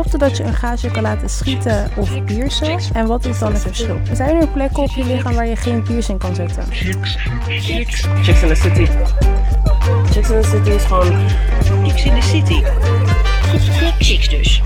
hetzelfde dat je een gaatje kan laten schieten of piercen? En wat is dan het verschil? Zijn er plekken op je lichaam waar je geen piercing kan zetten? Chicks in the City. Chicks in the City is gewoon... Chicks in the City. Chicks dus.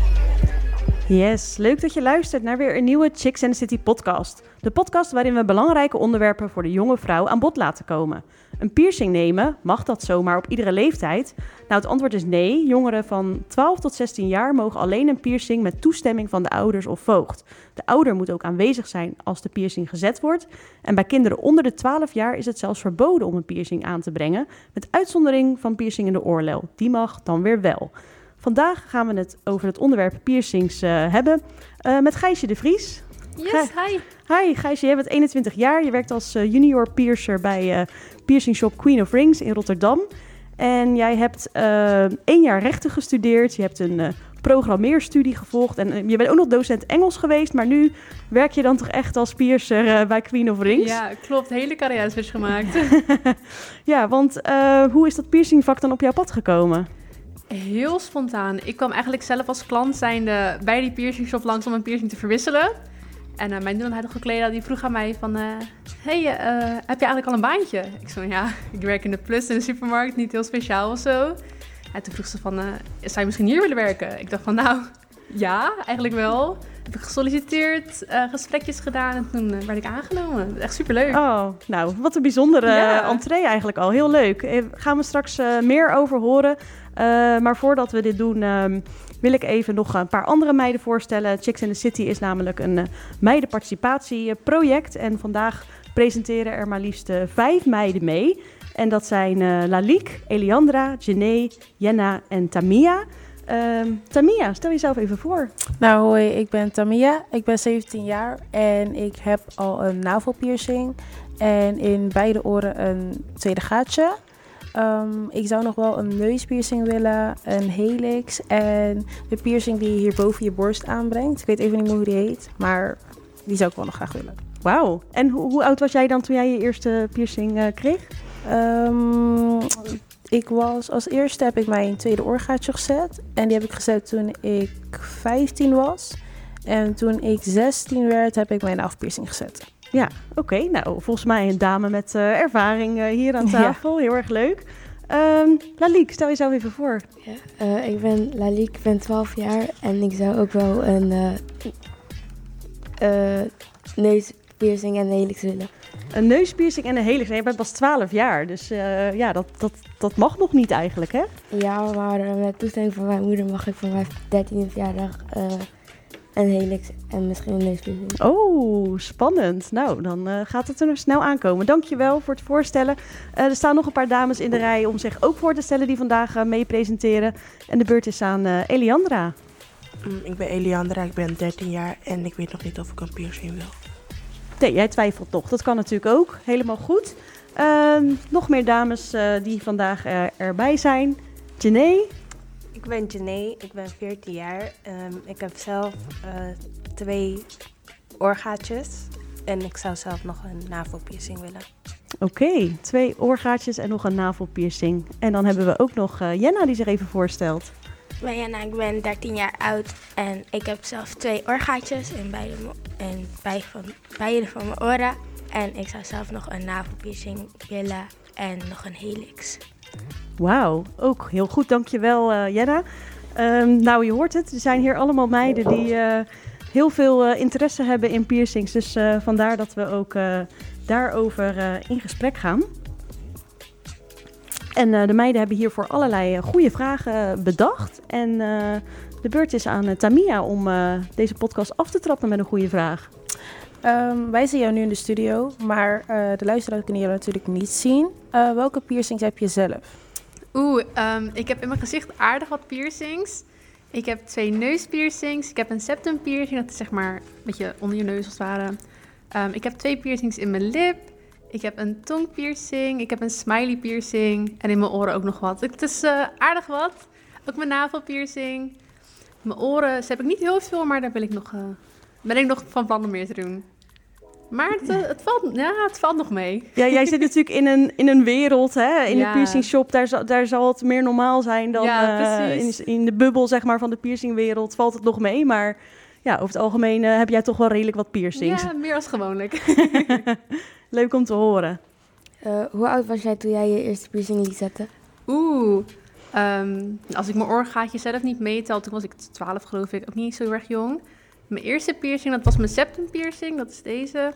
Yes, leuk dat je luistert naar weer een nieuwe Chicks in the City podcast. De podcast waarin we belangrijke onderwerpen voor de jonge vrouw aan bod laten komen. Een piercing nemen, mag dat zomaar op iedere leeftijd? Nou, het antwoord is nee. Jongeren van 12 tot 16 jaar mogen alleen een piercing met toestemming van de ouders of voogd. De ouder moet ook aanwezig zijn als de piercing gezet wordt. En bij kinderen onder de 12 jaar is het zelfs verboden om een piercing aan te brengen, met uitzondering van piercing in de oorlel. Die mag dan weer wel. Vandaag gaan we het over het onderwerp piercings hebben met Gijsje de Vries. Yes, hi. Hi Gijsje, jij bent 21 jaar. Je werkt als junior piercer bij piercing shop Queen of Rings in Rotterdam. En jij hebt 1 jaar rechten gestudeerd. Je hebt een programmeerstudie gevolgd. En je bent ook nog docent Engels geweest. Maar nu werk je dan toch echt als piercer bij Queen of Rings? Ja, klopt. Hele carrière switch gemaakt. Ja, want hoe is dat piercingvak dan op jouw pad gekomen? Heel spontaan. Ik kwam eigenlijk zelf als klant zijnde bij die piercing shop langs om een piercing te verwisselen. En mijn huidige collega die vroeg aan mij van... heb je eigenlijk al een baantje? Ik zei ja, ik werk in de Plus in de supermarkt, niet heel speciaal of zo. En toen vroeg ze van, zou je misschien hier willen werken? Ik dacht van, nou, ja, eigenlijk wel. Heb ik gesolliciteerd, gesprekjes gedaan en toen werd ik aangenomen. Echt superleuk. Oh, nou, wat een bijzondere entree eigenlijk al. Heel leuk. Gaan we straks meer over horen. Maar voordat we dit doen, wil ik even nog een paar andere meiden voorstellen. Chicks in the City is namelijk een meidenparticipatieproject. En vandaag presenteren er maar liefst 5 meiden mee. En dat zijn Lalique, Eliandra, Jenee, Jenna en Tamia. Tamia, stel jezelf even voor. Nou, hoi, ik ben Tamia. Ik ben 17 jaar en ik heb al een navelpiercing. En in beide oren een tweede gaatje. Ik zou nog wel een neuspiercing willen, een helix en de piercing die je hier boven je borst aanbrengt. Ik weet even niet meer hoe die heet, maar die zou ik wel nog graag willen. Wauw. En hoe oud was jij dan toen jij je eerste piercing kreeg? Als eerste heb ik mijn tweede oorgaatje gezet. En die heb ik gezet toen ik 15 was. En toen ik 16 werd, heb ik mijn navelpiercing gezet. Ja, oké. Nou, volgens mij een dame met ervaring hier aan tafel. Ja. Heel erg leuk. Lalique, stel jezelf even voor. Ja, ik ben Lalique, ik ben 12 jaar en ik zou ook wel een neuspiercing en een helix willen. Een neuspiercing en een helix. Nee, je bent pas 12 jaar, dus dat mag nog niet eigenlijk, hè? Ja, maar met toestemming van mijn moeder mag ik voor mijn 13e verjaardag een helix en misschien een neuspiercing. Oh, spannend. Nou, dan gaat het er nog snel aankomen. Dankjewel voor het voorstellen. Er staan nog een paar dames in de rij om zich ook voor te stellen die vandaag mee presenteren. En de beurt is aan Eliandra. Ik ben Eliandra, ik ben 13 jaar en ik weet nog niet of ik een piercing wil. Nee, jij twijfelt nog. Dat kan natuurlijk ook. Helemaal goed. Nog meer dames die vandaag erbij zijn. Jenee. Ik ben Jenee, ik ben 14 jaar. Ik heb zelf 2 oorgaatjes en ik zou zelf nog een navelpiercing willen. Oké, 2 oorgaatjes en nog een navelpiercing. En dan hebben we ook nog Jenna die zich even voorstelt. Ik ben Jenna, ik ben 13 jaar oud en ik heb zelf 2 oorgaatjes in beide van mijn oren. En ik zou zelf nog een navelpiercing willen en nog een helix. Wauw, ook heel goed. Dankjewel Jenna. Nou, je hoort het. Er zijn hier allemaal meiden die heel veel interesse hebben in piercings. Dus vandaar dat we ook daarover in gesprek gaan. En de meiden hebben hiervoor allerlei goede vragen bedacht. En de beurt is aan Tamia om deze podcast af te trappen met een goede vraag. Wij zien jou nu in de studio, maar de luisteraars kunnen jou natuurlijk niet zien. Welke piercings heb je zelf? Ik heb in mijn gezicht aardig wat piercings. Ik heb 2 neuspiercings. Ik heb een septum piercing, dat is zeg maar een beetje onder je neus als het ware. Ik heb 2 piercings in mijn lip. Ik heb een tongpiercing. Ik heb een smiley piercing. En in mijn oren ook nog wat. Het is aardig wat. Ook mijn navelpiercing. Mijn oren, heb ik niet heel veel, maar daar ben ik nog van plan om meer te doen. Maar het valt nog mee. Ja, jij zit natuurlijk in een wereld, hè? In de piercing shop. Daar zal het meer normaal zijn dan in de bubbel, zeg maar, van de piercingwereld. Valt het nog mee, maar ja, over het algemeen heb jij toch wel redelijk wat piercings. Ja, meer als gewoonlijk. Leuk om te horen. Hoe oud was jij toen jij je eerste piercing liet zetten? Als ik mijn oorgaatje zelf niet meetel, toen was ik 12 geloof ik, ook niet zo heel erg jong. Mijn eerste piercing, dat was mijn septum piercing, dat is deze.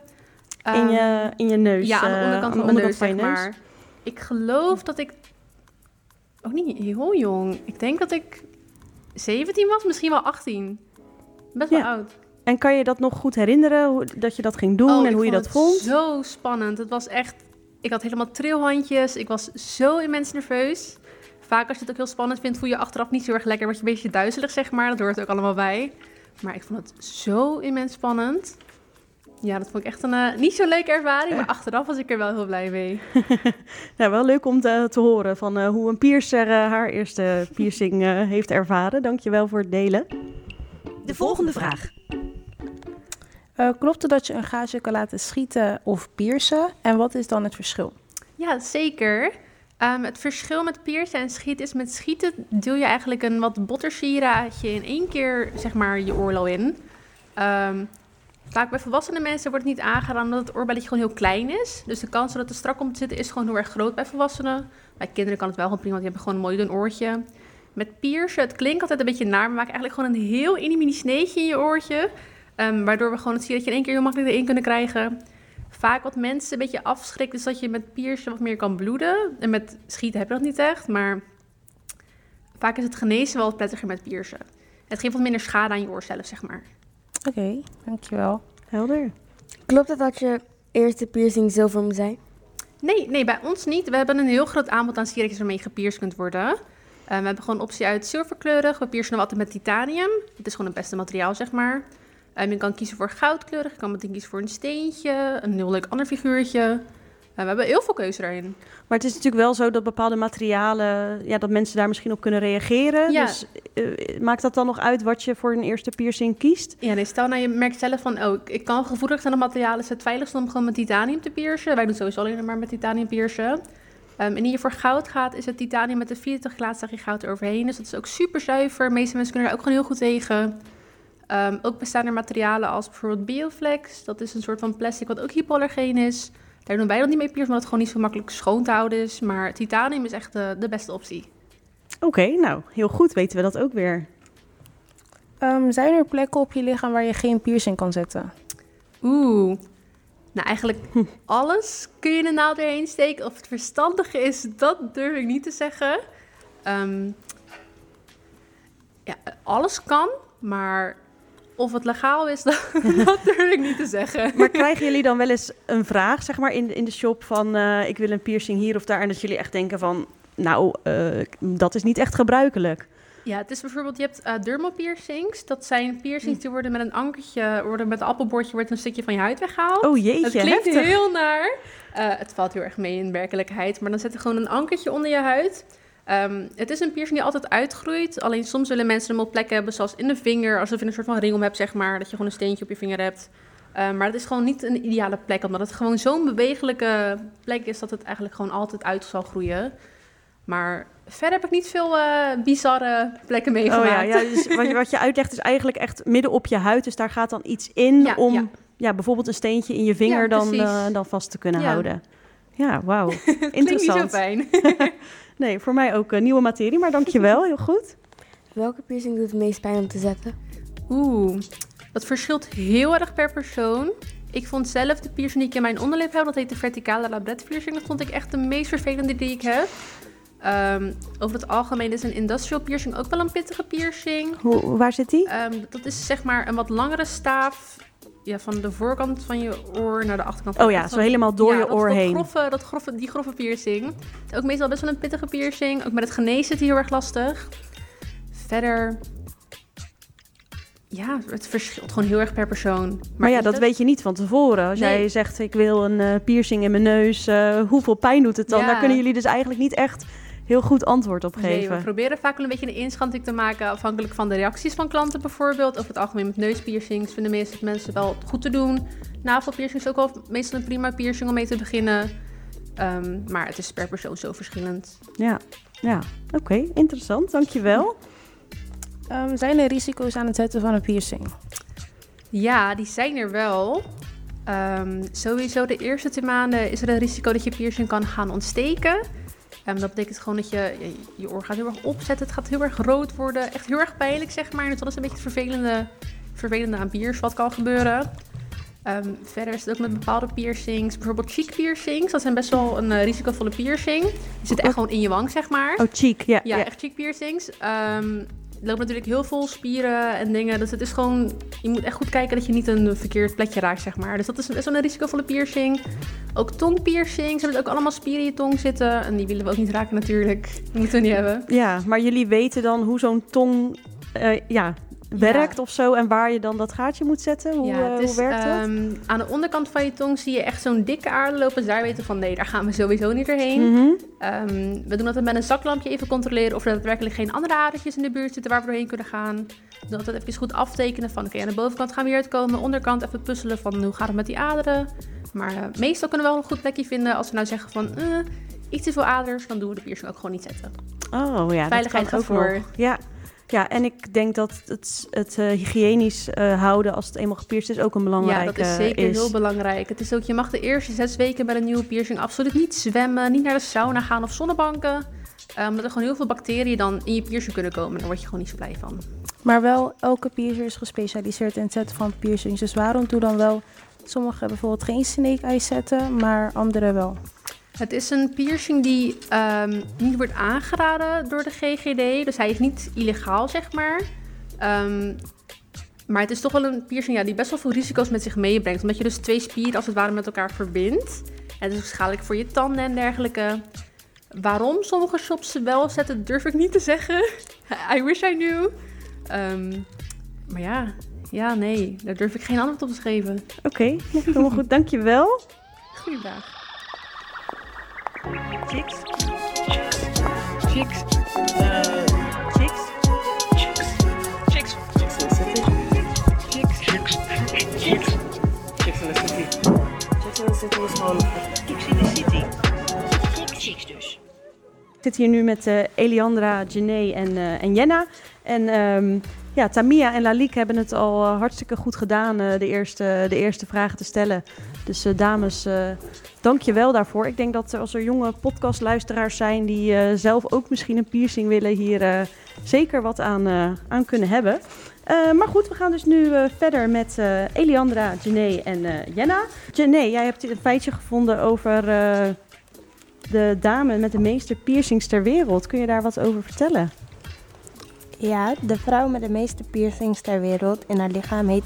In je neus? Ja, aan de onderkant van mijn neus, zeg maar. Ik geloof dat ik, ook niet heel jong, ik denk dat ik 17 was, misschien wel 18. Best wel oud. En kan je dat nog goed herinneren, dat je dat ging doen en hoe je dat vond? Zo spannend. Het was echt, ik had helemaal trilhandjes, ik was zo immens nerveus. Vaak als je het ook heel spannend vindt, voel je achteraf niet zo erg lekker. Word je een beetje duizelig, zeg maar. Dat hoort er ook allemaal bij. Maar ik vond het zo immens spannend. Ja, dat vond ik echt een niet zo leuke ervaring. Maar achteraf was ik er wel heel blij mee. Nou, wel leuk om te horen van hoe een piercer haar eerste piercing heeft ervaren. Dankjewel voor het delen. De volgende vraag. Klopt het dat je een gaatje kan laten schieten of piercen? En wat is dan het verschil? Ja, zeker. Het verschil met piercen en schieten is, met schieten deel je eigenlijk een wat botter sieraadje in één keer, zeg maar, je oorlel in. Vaak bij volwassene mensen wordt het niet aangedaan omdat het oorbelletje gewoon heel klein is. Dus de kans dat het er strak komt te zitten is gewoon heel erg groot bij volwassenen. Bij kinderen kan het wel gewoon prima, want die hebben gewoon een mooi dun oortje. Met piercen, het klinkt altijd een beetje naar, maar we maken eigenlijk gewoon een heel mini sneetje in je oortje. Waardoor we gewoon het sieraadje in één keer heel makkelijk erin kunnen krijgen. Vaak wat mensen een beetje afschrikt is dat je met piercen wat meer kan bloeden. En met schieten heb je dat niet echt, maar vaak is het genezen wel wat prettiger met piercen. Het geeft wat minder schade aan je oor zelf, zeg maar. Oké, dankjewel. Helder. Klopt het dat je eerste piercing zilver moet zijn? Nee, bij ons niet. We hebben een heel groot aanbod aan sieraadjes waarmee je gepierst kunt worden. We hebben gewoon een optie uit zilverkleurig. We piercen altijd met titanium. Het is gewoon het beste materiaal, zeg maar. Je kan kiezen voor goudkleurig, je kan meteen kiezen voor een steentje, een heel leuk ander figuurtje. We hebben heel veel keuze daarin. Maar het is natuurlijk wel zo dat bepaalde materialen, dat mensen daar misschien op kunnen reageren. Ja. Dus maakt dat dan nog uit wat je voor een eerste piercing kiest? Ja, nee, stel nou je merkt zelf van, ik kan gevoelig zijn aan de materialen, is het veiligst om gewoon met titanium te piercen. Wij doen sowieso alleen maar met titanium piercen. En hier voor goud gaat, is het titanium met de 40 laaglaagje goud eroverheen. Dus dat is ook super zuiver. De meeste mensen kunnen er ook gewoon heel goed tegen. Ook bestaan er materialen als bijvoorbeeld Bioflex. Dat is een soort van plastic wat ook hypoallergeen is. Daar doen wij dat niet mee piercen, omdat het gewoon niet zo makkelijk schoon te houden is. Maar titanium is echt de beste optie. Oké, nou, heel goed. Weten we dat ook weer. Zijn er plekken op je lichaam waar je geen piercing kan zetten? Nou, eigenlijk alles kun je een naald erheen steken. Of het verstandige is, dat durf ik niet te zeggen. Alles kan, maar of het legaal is, dat durf ik niet te zeggen. Maar krijgen jullie dan wel eens een vraag, zeg maar, in de shop van ik wil een piercing hier of daar, en dat jullie echt denken van, dat is niet echt gebruikelijk? Ja, het is bijvoorbeeld, je hebt dermopiercings. Dat zijn piercings die worden met een ankertje, met een appelbordje wordt een stukje van je huid weggehaald. Oh jeetje, het klinkt heftig. heel naar. Het valt heel erg mee in werkelijkheid, maar dan zet je gewoon een ankertje onder je huid. Het is een piercing die altijd uitgroeit. Alleen soms willen mensen hem op plekken hebben, zoals in de vinger, alsof je een soort van ring om hebt, zeg maar, dat je gewoon een steentje op je vinger hebt. Maar het is gewoon niet een ideale plek, omdat het gewoon zo'n bewegelijke plek is dat het eigenlijk gewoon altijd uit zal groeien. Maar verder heb ik niet veel bizarre plekken meegemaakt. Dus wat je uitlegt is eigenlijk echt midden op je huid. Dus daar gaat dan iets in om bijvoorbeeld een steentje in je vinger dan vast te kunnen houden. Ja, wauw. Interessant. Klinkt niet zo fijn. Nee, voor mij ook nieuwe materie, maar dankjewel. Heel goed. Welke piercing doet het meest pijn om te zetten? Dat verschilt heel erg per persoon. Ik vond zelf de piercing die ik in mijn onderlip heb, dat heet de verticale labret piercing. Dat vond ik echt de meest vervelende die ik heb. Over het algemeen is een industrial piercing ook wel een pittige piercing. Waar zit die? Dat is zeg maar een wat langere staaf. Ja, van de voorkant van je oor naar de achterkant. Oh ja, zo helemaal door je oor heen. Die grove piercing. Het is ook meestal best wel een pittige piercing. Ook met het genezen is het heel erg lastig. Verder, ja, het verschilt gewoon heel erg per persoon. Maar dat weet je niet van tevoren. Als jij zegt, ik wil een piercing in mijn neus, hoeveel pijn doet het dan? Ja. Daar kunnen jullie dus eigenlijk niet echt heel goed antwoord op Nee, geven. we proberen vaak wel een beetje een inschatting te maken afhankelijk van de reacties van klanten bijvoorbeeld. Over het algemeen met neuspiercings vinden meestal mensen wel goed te doen. Navelpiercings is ook wel meestal een prima piercing om mee te beginnen. Maar het is per persoon zo verschillend. Ja. Oké, interessant. Dankjewel. Zijn er risico's aan het zetten van een piercing? Ja, die zijn er wel. Sowieso de eerste 2 maanden is er een risico dat je piercing kan gaan ontsteken. Dat betekent gewoon dat je oor gaat heel erg opzetten. Het gaat heel erg rood worden. Echt heel erg pijnlijk, zeg maar. Dus dat is een beetje het vervelende aan piers wat kan gebeuren. Verder is het ook met bepaalde piercings. Bijvoorbeeld cheek piercings. Dat zijn best wel een risicovolle piercing. Die zit echt gewoon in je wang, zeg maar. Oh, cheek. Ja, echt cheek piercings. Er lopen natuurlijk heel veel spieren en dingen. Dus het is gewoon... Je moet echt goed kijken dat je niet een verkeerd plekje raakt, zeg maar. Dus dat is best wel een risicovolle piercing. Ook tongpiercings. Hebben ook allemaal spieren in je tong zitten. En die willen we ook niet raken natuurlijk. Die moeten we niet hebben. Ja, maar jullie weten dan hoe zo'n tong werkt of zo... en waar je dan dat gaatje moet zetten? Hoe werkt dat? Aan de onderkant van je tong zie je echt zo'n dikke aarde lopen. Dus daar weten we van, nee, daar gaan we sowieso niet doorheen. Mm-hmm. We doen altijd met een zaklampje even controleren... of er daadwerkelijk geen andere adertjes in de buurt zitten... waar we doorheen kunnen gaan. We doen altijd even goed aftekenen van... oké, aan de bovenkant gaan we hier uitkomen. Onderkant even puzzelen van hoe gaat het met die aderen. Maar meestal kunnen we wel een goed plekje vinden... als we nou zeggen van iets te veel aders... dan doen we de piercing ook gewoon niet zetten. Oh ja, veiligheid dat kan gaat ook voor. Nog. Ja, en ik denk dat het hygiënisch houden als het eenmaal gepierst is ook een belangrijke is. Ja, dat is zeker heel belangrijk. Het is ook, je mag de eerste 6 weken bij een nieuwe piercing absoluut niet zwemmen, niet naar de sauna gaan of zonnebanken. Omdat er gewoon heel veel bacteriën dan in je piercing kunnen komen. Daar word je gewoon niet zo blij van. Maar wel, elke piercer is gespecialiseerd in het zetten van piercings. Dus waarom doen dan wel sommigen bijvoorbeeld geen snake eyes zetten, maar anderen wel? Het is een piercing die niet wordt aangeraden door de GGD. Dus hij is niet illegaal, zeg maar. Maar het is toch wel een piercing die best wel veel risico's met zich meebrengt. Omdat je dus 2 spieren als het ware met elkaar verbindt. En het is ook schadelijk voor je tanden en dergelijke. Waarom sommige shops ze wel zetten, durf ik niet te zeggen. I wish I knew. Maar nee, daar durf ik geen antwoord op te geven. Oké, helemaal goed. Dankjewel. Goeie vraag. Chicks. Chicks. Chicks. Chicks. Chicks in the city. Chicks. Chicks in the city. Chicks in the city is gewoon... Chicks in the city. Chicks dus. Ik zit hier nu met Eliandra, Janae en Jenna. En Tamia en Lalique hebben het al hartstikke goed gedaan de eerste vragen te stellen. Dus dames, dank je wel daarvoor. Ik denk dat als er jonge podcastluisteraars zijn die zelf ook misschien een piercing willen, hier zeker wat aan kunnen hebben. Maar goed, we gaan dus nu verder met Eliandra, Janae en Jenna. Janae, jij hebt een feitje gevonden over de dame met de meeste piercings ter wereld. Kun je daar wat over vertellen? Ja, de vrouw met de meeste piercings ter wereld in haar lichaam heet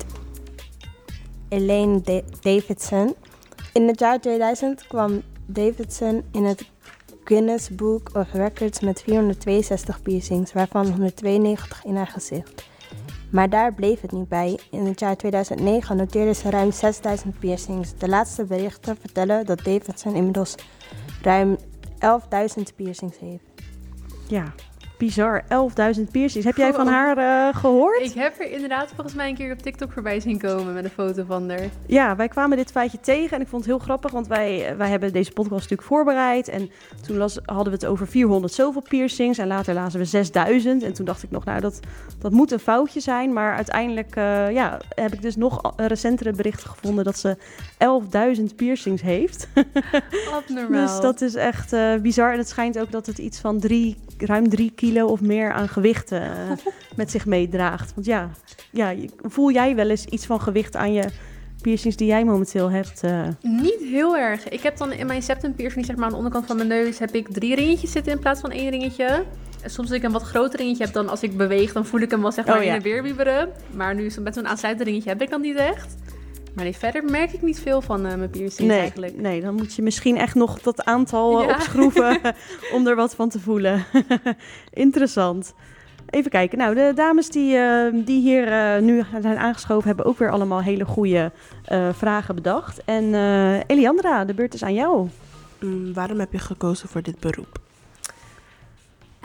Elaine Davidson. In het jaar 2000 kwam Davidson in het Guinness Book of Records met 462 piercings, waarvan 192 in haar gezicht. Maar daar bleef het niet bij. In het jaar 2009 noteerde ze ruim 6000 piercings. De laatste berichten vertellen dat Davidson inmiddels ruim 11.000 piercings heeft. Ja, bizar. 11.000 piercings. Heb jij van haar gehoord? Ik heb er inderdaad volgens mij een keer op TikTok voorbij zien komen met een foto van haar. Ja, wij kwamen dit feitje tegen en ik vond het heel grappig, want wij hebben deze podcast natuurlijk voorbereid. En toen hadden we het over 400 zoveel piercings en later lazen we 6000. En toen dacht ik nog, nou dat moet een foutje zijn. Maar uiteindelijk heb ik dus nog recentere berichten gevonden dat ze 11.000 piercings heeft. Abnormaal. Dus dat is echt bizar. En het schijnt ook dat het iets van ruim 3 kilo of meer aan gewicht met zich meedraagt. Want voel jij wel eens iets van gewicht aan je piercings die jij momenteel hebt? Niet heel erg. Ik heb dan in mijn septum piercing, zeg maar aan de onderkant van mijn neus, heb ik 3 ringetjes zitten in plaats van 1 ringetje. En soms als ik een wat groter ringetje heb, dan als ik beweeg, dan voel ik hem wel zeg maar in en weer wieberen. Maar nu met zo'n aansluitend ringetje heb ik dan niet echt. Maar nee, verder merk ik niet veel van mijn piercings eigenlijk. Nee, dan moet je misschien echt nog dat aantal opschroeven om er wat van te voelen. Interessant. Even kijken. Nou, de dames die hier nu zijn aangeschoven hebben ook weer allemaal hele goede vragen bedacht. En Eliandra, de beurt is aan jou. Waarom heb je gekozen voor dit beroep?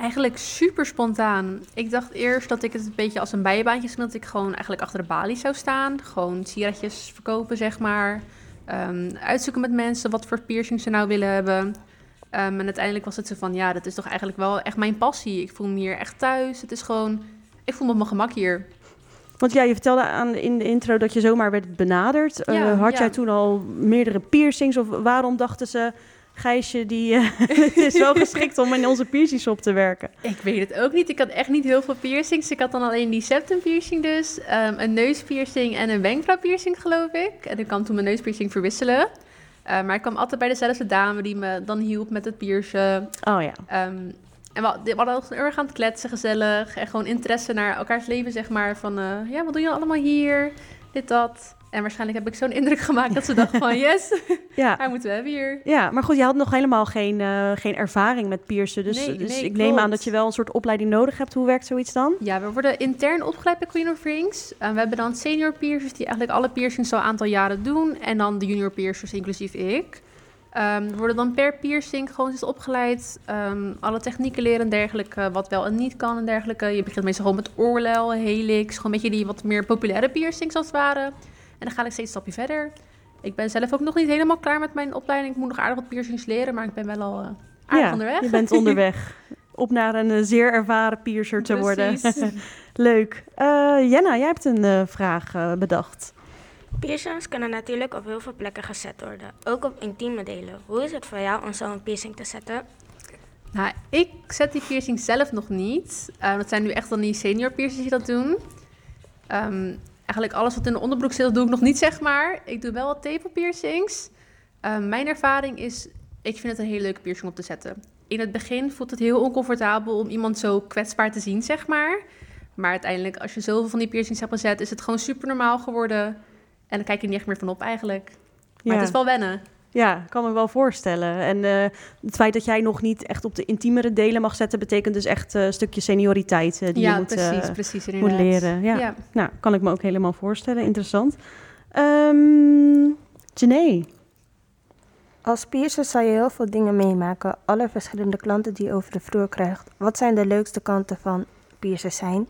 Eigenlijk super spontaan. Ik dacht eerst dat ik het een beetje als een bijbaantje zou, dat ik gewoon eigenlijk achter de balie zou staan. Gewoon sigaretjes verkopen, zeg maar. Uitzoeken met mensen wat voor piercings ze nou willen hebben. En uiteindelijk was het zo van, ja, dat is toch eigenlijk wel echt mijn passie. Ik voel me hier echt thuis. Het is gewoon, ik voel me op mijn gemak hier. Want ja, je vertelde in de intro dat je zomaar werd benaderd. Had jij toen al meerdere piercings? Of waarom dachten ze, Gijsje, die is wel geschikt om in onze piercingshop te werken? Ik weet het ook niet. Ik had echt niet heel veel piercings. Ik had dan alleen die septum piercing dus. Een neuspiercing en een wenkbrauwpiercing, geloof ik. En ik kan toen mijn neuspiercing verwisselen. Maar ik kwam altijd bij dezelfde dame die me dan hielp met het piercen. Oh ja. En we hadden heel erg aan het kletsen, gezellig. En gewoon interesse naar elkaars leven, zeg maar. Van, wat doe je allemaal hier? Dit, dat. En waarschijnlijk heb ik zo'n indruk gemaakt dat ze dachten van... yes, haar moeten we hebben hier. Ja, maar goed, je had nog helemaal geen ervaring met piercen. Dus ik neem aan dat je wel een soort opleiding nodig hebt. Hoe werkt zoiets dan? Ja, we worden intern opgeleid bij Queen of Rings. We hebben dan senior piercers die eigenlijk alle piercings al een aantal jaren doen. En dan de junior piercers, inclusief ik. We worden dan per piercing gewoon eens opgeleid. Alle technieken leren en dergelijke. Wat wel en niet kan en dergelijke. Je begint meestal gewoon met oorlel, helix. Gewoon een beetje die wat meer populaire piercings als het ware. En dan ga ik steeds een stapje verder. Ik ben zelf ook nog niet helemaal klaar met mijn opleiding. Ik moet nog aardig wat piercings leren, maar ik ben wel al aardig onderweg. Je bent onderweg. Op naar een zeer ervaren piercer te worden. Leuk. Jenna, jij hebt een vraag bedacht. Piercings kunnen natuurlijk op heel veel plekken gezet worden. Ook op intieme delen. Hoe is het voor jou om zo'n piercing te zetten? Nou, ik zet die piercing zelf nog niet. Dat zijn nu echt dan die senior piercers die dat doen. Eigenlijk alles wat in de onderbroek zit, dat doe ik nog niet, zeg maar. Ik doe wel wat tepelpiercings. Mijn ervaring is, ik vind het een hele leuke piercing om te zetten. In het begin voelt het heel oncomfortabel om iemand zo kwetsbaar te zien, zeg maar. Maar uiteindelijk, als je zoveel van die piercings hebt gezet, is het gewoon super normaal geworden. En dan kijk je er niet echt meer van op eigenlijk. Maar het is wel wennen. Ja, kan me wel voorstellen. En het feit dat jij nog niet echt op de intiemere delen mag zetten, betekent dus echt een stukje senioriteit die je moet leren. Ja. Nou, kan ik me ook helemaal voorstellen. Interessant. Janae? Als piercer zal je heel veel dingen meemaken. Alle verschillende klanten die je over de vloer krijgt. Wat zijn de leukste kanten van piercers zijn?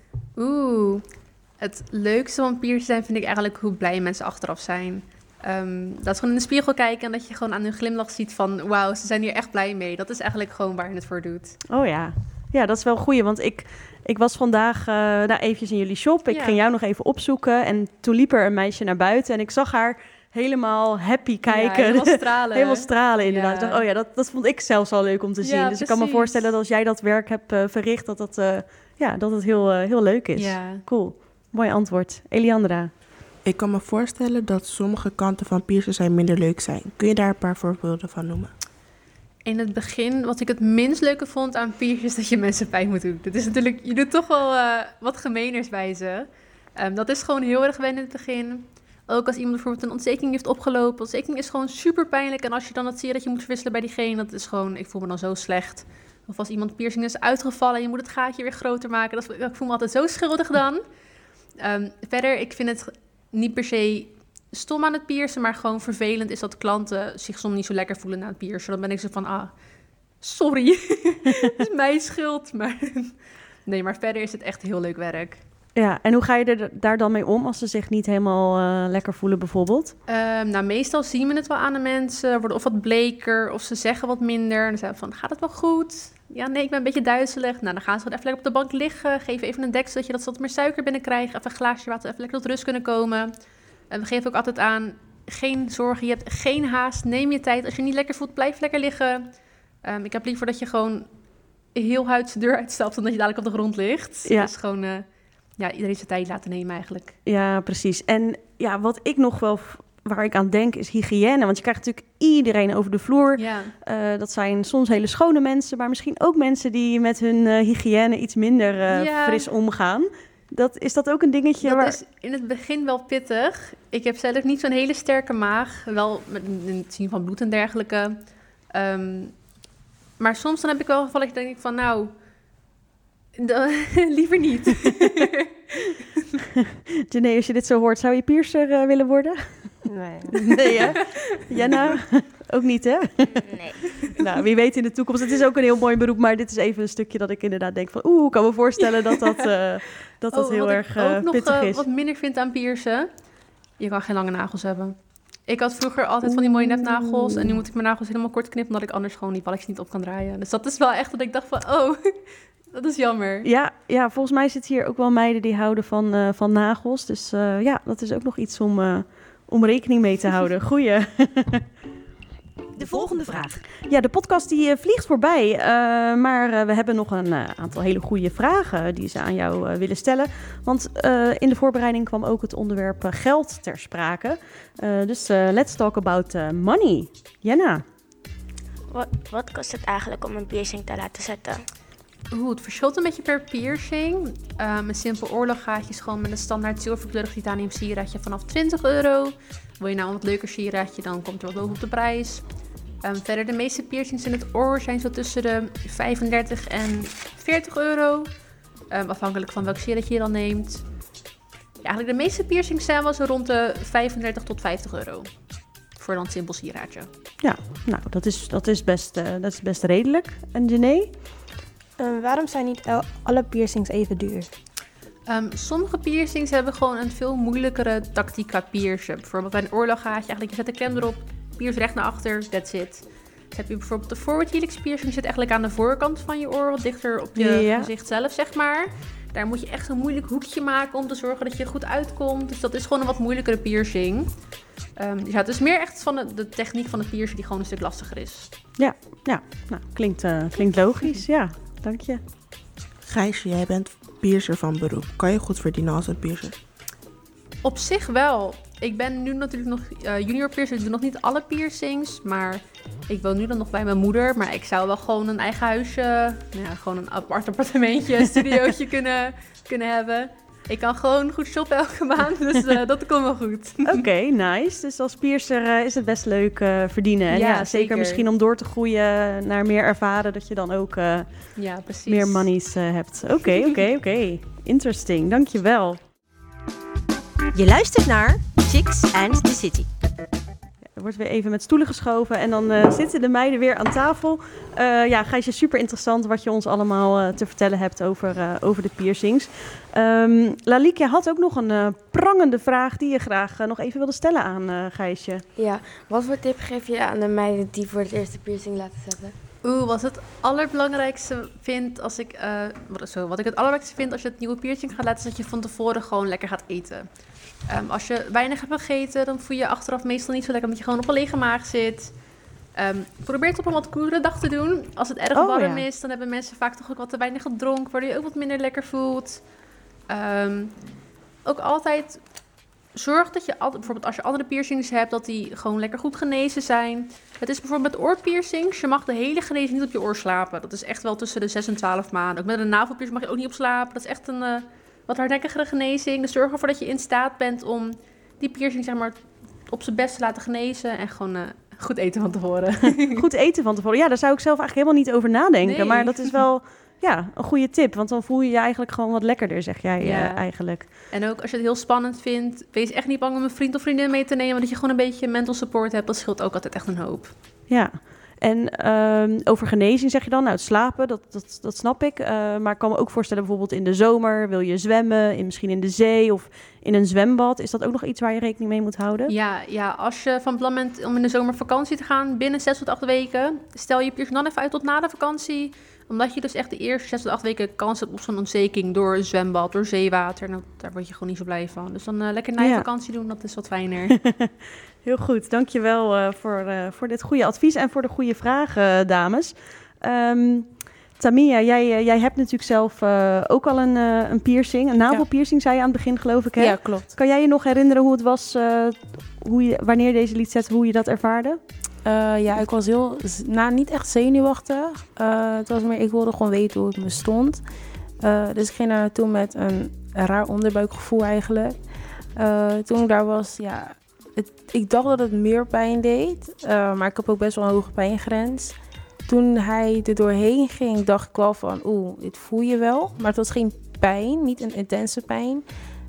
Het leukste van piercers zijn vind ik eigenlijk hoe blij mensen achteraf zijn. Dat is gewoon in de spiegel kijken en dat je gewoon aan hun glimlach ziet van... wauw, ze zijn hier echt blij mee. Dat is eigenlijk gewoon waar je het voor doet. Oh ja. Ja, dat is wel een goeie. Want ik was vandaag eventjes in jullie shop. Ik ging jou nog even opzoeken. En toen liep er een meisje naar buiten. En ik zag haar helemaal happy kijken. Helemaal stralen, inderdaad. Ja. Ik dacht, dat vond ik zelfs al leuk om te zien. Dus precies. Ik kan me voorstellen dat als jij dat werk hebt verricht... dat het heel leuk is. Ja. Cool. Mooi antwoord. Eliandra? Ik kan me voorstellen dat sommige kanten van piercers zijn minder leuk zijn. Kun je daar een paar voorbeelden van noemen? In het begin, wat ik het minst leuke vond aan piercers, is dat je mensen pijn moet doen. Dat is natuurlijk, je doet toch wel wat gemeeners bij ze. Dat is gewoon heel erg wennen in het begin. Ook als iemand bijvoorbeeld een ontsteking heeft opgelopen. Ontsteking is gewoon super pijnlijk. En als je dan het zie dat je moet verwisselen bij diegene, dat is gewoon, ik voel me dan zo slecht. Of als iemand piercing is uitgevallen en je moet het gaatje weer groter maken. Ik voel me altijd zo schuldig dan. Verder, ik vind het niet per se stom aan het piercen, maar gewoon vervelend is dat klanten zich soms niet zo lekker voelen na het piercen. Dan ben ik zo van, sorry, het is mijn schuld. Maar verder is het echt heel leuk werk. Ja, en hoe ga je daar dan mee om als ze zich niet helemaal lekker voelen bijvoorbeeld? Meestal zien we het wel aan de mensen, worden of wat bleker of ze zeggen wat minder. En dan zeggen we van, gaat het wel goed? Ja, nee, ik ben een beetje duizelig. Nou, dan gaan ze even lekker op de bank liggen, geven even een dek, zodat je dat ze wat meer suiker binnenkrijgt. Even een glaasje water, even lekker tot rust kunnen komen. En we geven ook altijd aan, geen zorgen, je hebt geen haast, neem je tijd. Als je niet lekker voelt, blijf lekker liggen. Ik heb liever dat je gewoon heel huids de deur uitstapt, dan dat je dadelijk op de grond ligt. Ja. Dus gewoon iedereen zijn tijd laten nemen eigenlijk. Ja, precies. En ja, wat ik nog wel, waar ik aan denk, is hygiëne. Want je krijgt natuurlijk iedereen over de vloer. Ja. Dat zijn soms hele schone mensen, maar misschien ook mensen die met hun hygiëne iets minder fris omgaan. Is dat ook een dingetje? Dat is in het begin wel pittig. Ik heb zelf niet zo'n hele sterke maag. Wel met het zien van bloed en dergelijke. Maar soms dan heb ik wel gevallen, denk ik van nou, liever niet. Janae, als je dit zo hoort, zou je piercer willen worden? Nee. Nee, hè? Jenna? Ook niet, hè? Nee. Nou, wie weet in de toekomst. Het is ook een heel mooi beroep, maar dit is even een stukje dat ik inderdaad denk van... ik kan me voorstellen dat dat heel erg pittig is. Wat minder vind aan piercen, je kan geen lange nagels hebben. Ik had vroeger altijd van die mooie nepnagels en nu moet ik mijn nagels helemaal kort knippen, omdat ik anders gewoon die balletjes niet op kan draaien. Dus dat is wel echt dat ik dacht van, dat is jammer. Ja, volgens mij zitten hier ook wel meiden die houden van nagels. Dus dat is ook nog iets om rekening mee te houden. Goeie. De volgende vraag. Ja, de podcast die vliegt voorbij. Maar we hebben nog een aantal hele goede vragen die ze aan jou willen stellen. Want in de voorbereiding kwam ook het onderwerp geld ter sprake. Dus let's talk about money. Jenna. Wat kost het eigenlijk om een piercing te laten zetten? Het verschilt een beetje per piercing. Een simpel oorloggaatje is gewoon met een standaard zilverkleurig titanium sieraadje vanaf €20. Wil je nou een wat leuker sieraadje, dan komt er wat boven op de prijs. Verder, de meeste piercings in het oor zijn zo tussen de €35 en €40. Afhankelijk van welk sieraadje je dan neemt. Ja, eigenlijk de meeste piercings zijn wel zo rond de €35 tot €50. Voor dan een simpel sieraadje. Ja, nou, dat is best redelijk. En Janae? Waarom zijn niet alle piercings even duur? Sommige piercings hebben gewoon een veel moeilijkere tactiek qua piercen. Bijvoorbeeld bij een oorloggaatje, eigenlijk je zet de klem erop, pierce recht naar achter, that's it. Dus heb je bijvoorbeeld de forward helix piercing, die zit eigenlijk aan de voorkant van je oor, wat dichter op je gezicht zelf, zeg maar. Daar moet je echt een moeilijk hoekje maken om te zorgen dat je er goed uitkomt. Dus dat is gewoon een wat moeilijkere piercing. Het is meer echt van de techniek van de piercing die gewoon een stuk lastiger is. Ja, nou, klinkt logisch, ja. Dank je. Gijsje, jij bent piercer van beroep. Kan je goed verdienen als een piercer? Op zich wel. Ik ben nu natuurlijk nog junior piercer. Ik doe nog niet alle piercings. Maar ik woon nu dan nog bij mijn moeder. Maar ik zou wel gewoon een eigen huisje... gewoon een appartementje, een studiootje kunnen hebben. Ik kan gewoon goed shoppen elke maand. Dus dat komt wel goed. Oké, nice. Dus als piercer is het best leuk verdienen. En ja, zeker misschien om door te groeien naar meer ervaren. Dat je dan ook meer monies hebt. Oké. Interesting. Dankjewel. Je luistert naar Chicks and the City. Er wordt weer even met stoelen geschoven en dan zitten de meiden weer aan tafel. Gijsje, super interessant wat je ons allemaal te vertellen hebt over de piercings. Lalique, jij had ook nog een prangende vraag die je graag nog even wilde stellen aan Gijsje. Ja, wat voor tip geef je aan de meiden die voor het eerst de piercing laten zetten? Wat het allerbelangrijkste vind wat ik het allerbelangrijkste vind als je het nieuwe piercing gaat laten, is dat je van tevoren gewoon lekker gaat eten. Als je weinig hebt gegeten, dan voel je achteraf meestal niet zo lekker, omdat je gewoon op een lege maag zit. Probeer het op een wat koelere dag te doen. Als het erg warm is, dan hebben mensen vaak toch ook wat te weinig gedronken, waardoor je ook wat minder lekker voelt. Ook altijd zorg dat je bijvoorbeeld als je andere piercings hebt, dat die gewoon lekker goed genezen zijn. Het is bijvoorbeeld met oorpiercings. Je mag de hele genezing niet op je oor slapen. Dat is echt wel tussen de 6 en 12 maanden. Ook met een navelpiercing mag je ook niet op slapen. Dat is echt een wat hardnekkigere genezing. Dus zorg ervoor dat je in staat bent om die piercing zeg maar op zijn best te laten genezen. En gewoon goed eten van tevoren. Goed eten van tevoren. Ja, daar zou ik zelf eigenlijk helemaal niet over nadenken. Nee. Maar dat is wel... Ja, een goede tip, want dan voel je je eigenlijk gewoon wat lekkerder, zeg jij eigenlijk. En ook als je het heel spannend vindt, wees echt niet bang om een vriend of vriendin mee te nemen, want dat je gewoon een beetje mental support hebt, dat scheelt ook altijd echt een hoop. Ja, en over genezing zeg je dan, nou het slapen, dat snap ik. Maar ik kan me ook voorstellen bijvoorbeeld in de zomer, wil je zwemmen, misschien in de zee of in een zwembad. Is dat ook nog iets waar je rekening mee moet houden? Ja, als je van plan bent om in de zomer vakantie te gaan, binnen 6 tot 8 weken, stel je piercing dan even uit tot na de vakantie, omdat je dus echt de eerste 6 tot 8 weken kans hebt op zo'n ontsteking door een zwembad, door zeewater. Nou, daar word je gewoon niet zo blij van. Dus dan lekker na je vakantie doen, dat is wat fijner. Heel goed, dankjewel voor dit goede advies en voor de goede vragen, dames. Tamia, jij hebt natuurlijk zelf ook al een piercing, een navelpiercing, zei je aan het begin, geloof ik, hè? Ja, klopt. Kan jij je nog herinneren hoe het was, wanneer je deze liet zetten, hoe je dat ervaarde? Ik was niet echt zenuwachtig. Het was meer, ik wilde gewoon weten hoe het me stond. Dus ik ging daar naartoe met een raar onderbuikgevoel eigenlijk. Toen ik daar was, ik dacht dat het meer pijn deed. Maar ik heb ook best wel een hoge pijngrens. Toen hij er doorheen ging, dacht ik wel van, dit voel je wel. Maar het was geen pijn, niet een intense pijn.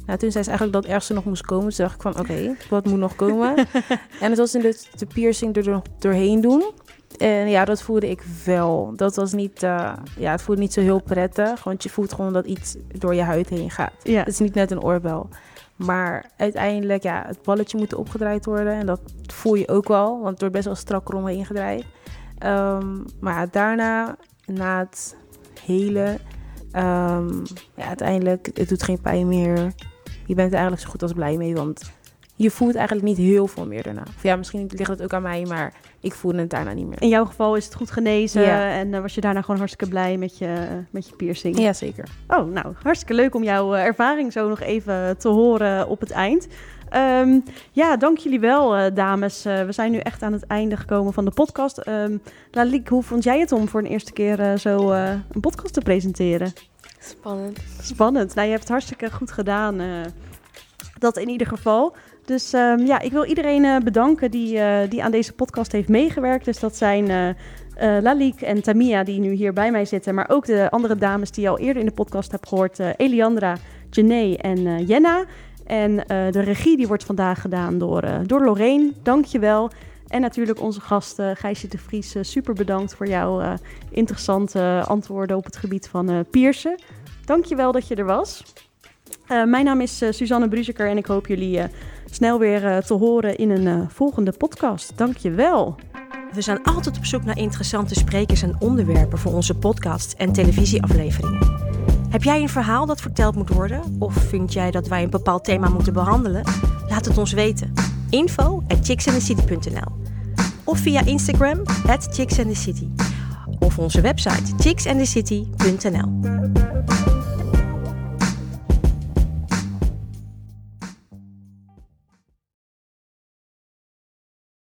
Nou, toen zei ze eigenlijk dat het ergste nog moest komen. Toen dacht ik van, oké, wat moet nog komen? En het was in de piercing er nog doorheen doen. En ja, dat voelde ik wel. Dat was niet, het voelde niet zo heel prettig. Want je voelt gewoon dat iets door je huid heen gaat. Ja. Het is niet net een oorbel. Maar uiteindelijk, het balletje moet opgedraaid worden. En dat voel je ook wel, want het wordt best wel strak eromheen gedraaid. Maar daarna, na het hele... uiteindelijk, het doet geen pijn meer. Je bent er eigenlijk zo goed als blij mee, want je voelt eigenlijk niet heel veel meer daarna. Of ja, misschien ligt het ook aan mij, maar ik voelde het daarna niet meer. In jouw geval is het goed genezen en was je daarna gewoon hartstikke blij met je piercing? Ja, zeker. Oh, nou, hartstikke leuk om jouw ervaring zo nog even te horen op het eind. Dank jullie wel, dames. We zijn nu echt aan het einde gekomen van de podcast. Lalique, hoe vond jij het om voor de eerste keer een podcast te presenteren? Spannend. Nou, je hebt het hartstikke goed gedaan. Dat in ieder geval. Dus ik wil iedereen bedanken die aan deze podcast heeft meegewerkt. Dus dat zijn Lalique en Tamia die nu hier bij mij zitten. Maar ook de andere dames die je al eerder in de podcast hebt gehoord. Eliandra, Janae en Jenna. En de regie die wordt vandaag gedaan door Lorraine. Dank je wel. En natuurlijk onze gast Gijsje de Vries. Super bedankt voor jouw interessante antwoorden op het gebied van piercen. Dank je wel dat je er was. Mijn naam is Suzanne Bruzeker en ik hoop jullie snel weer te horen in een volgende podcast. Dank je wel. We zijn altijd op zoek naar interessante sprekers en onderwerpen voor onze podcasts en televisieafleveringen. Heb jij een verhaal dat verteld moet worden? Of vind jij dat wij een bepaald thema moeten behandelen? Laat het ons weten. info@chicksandthecity.nl of via Instagram @chicksandthecity of onze website chicksandthecity.nl.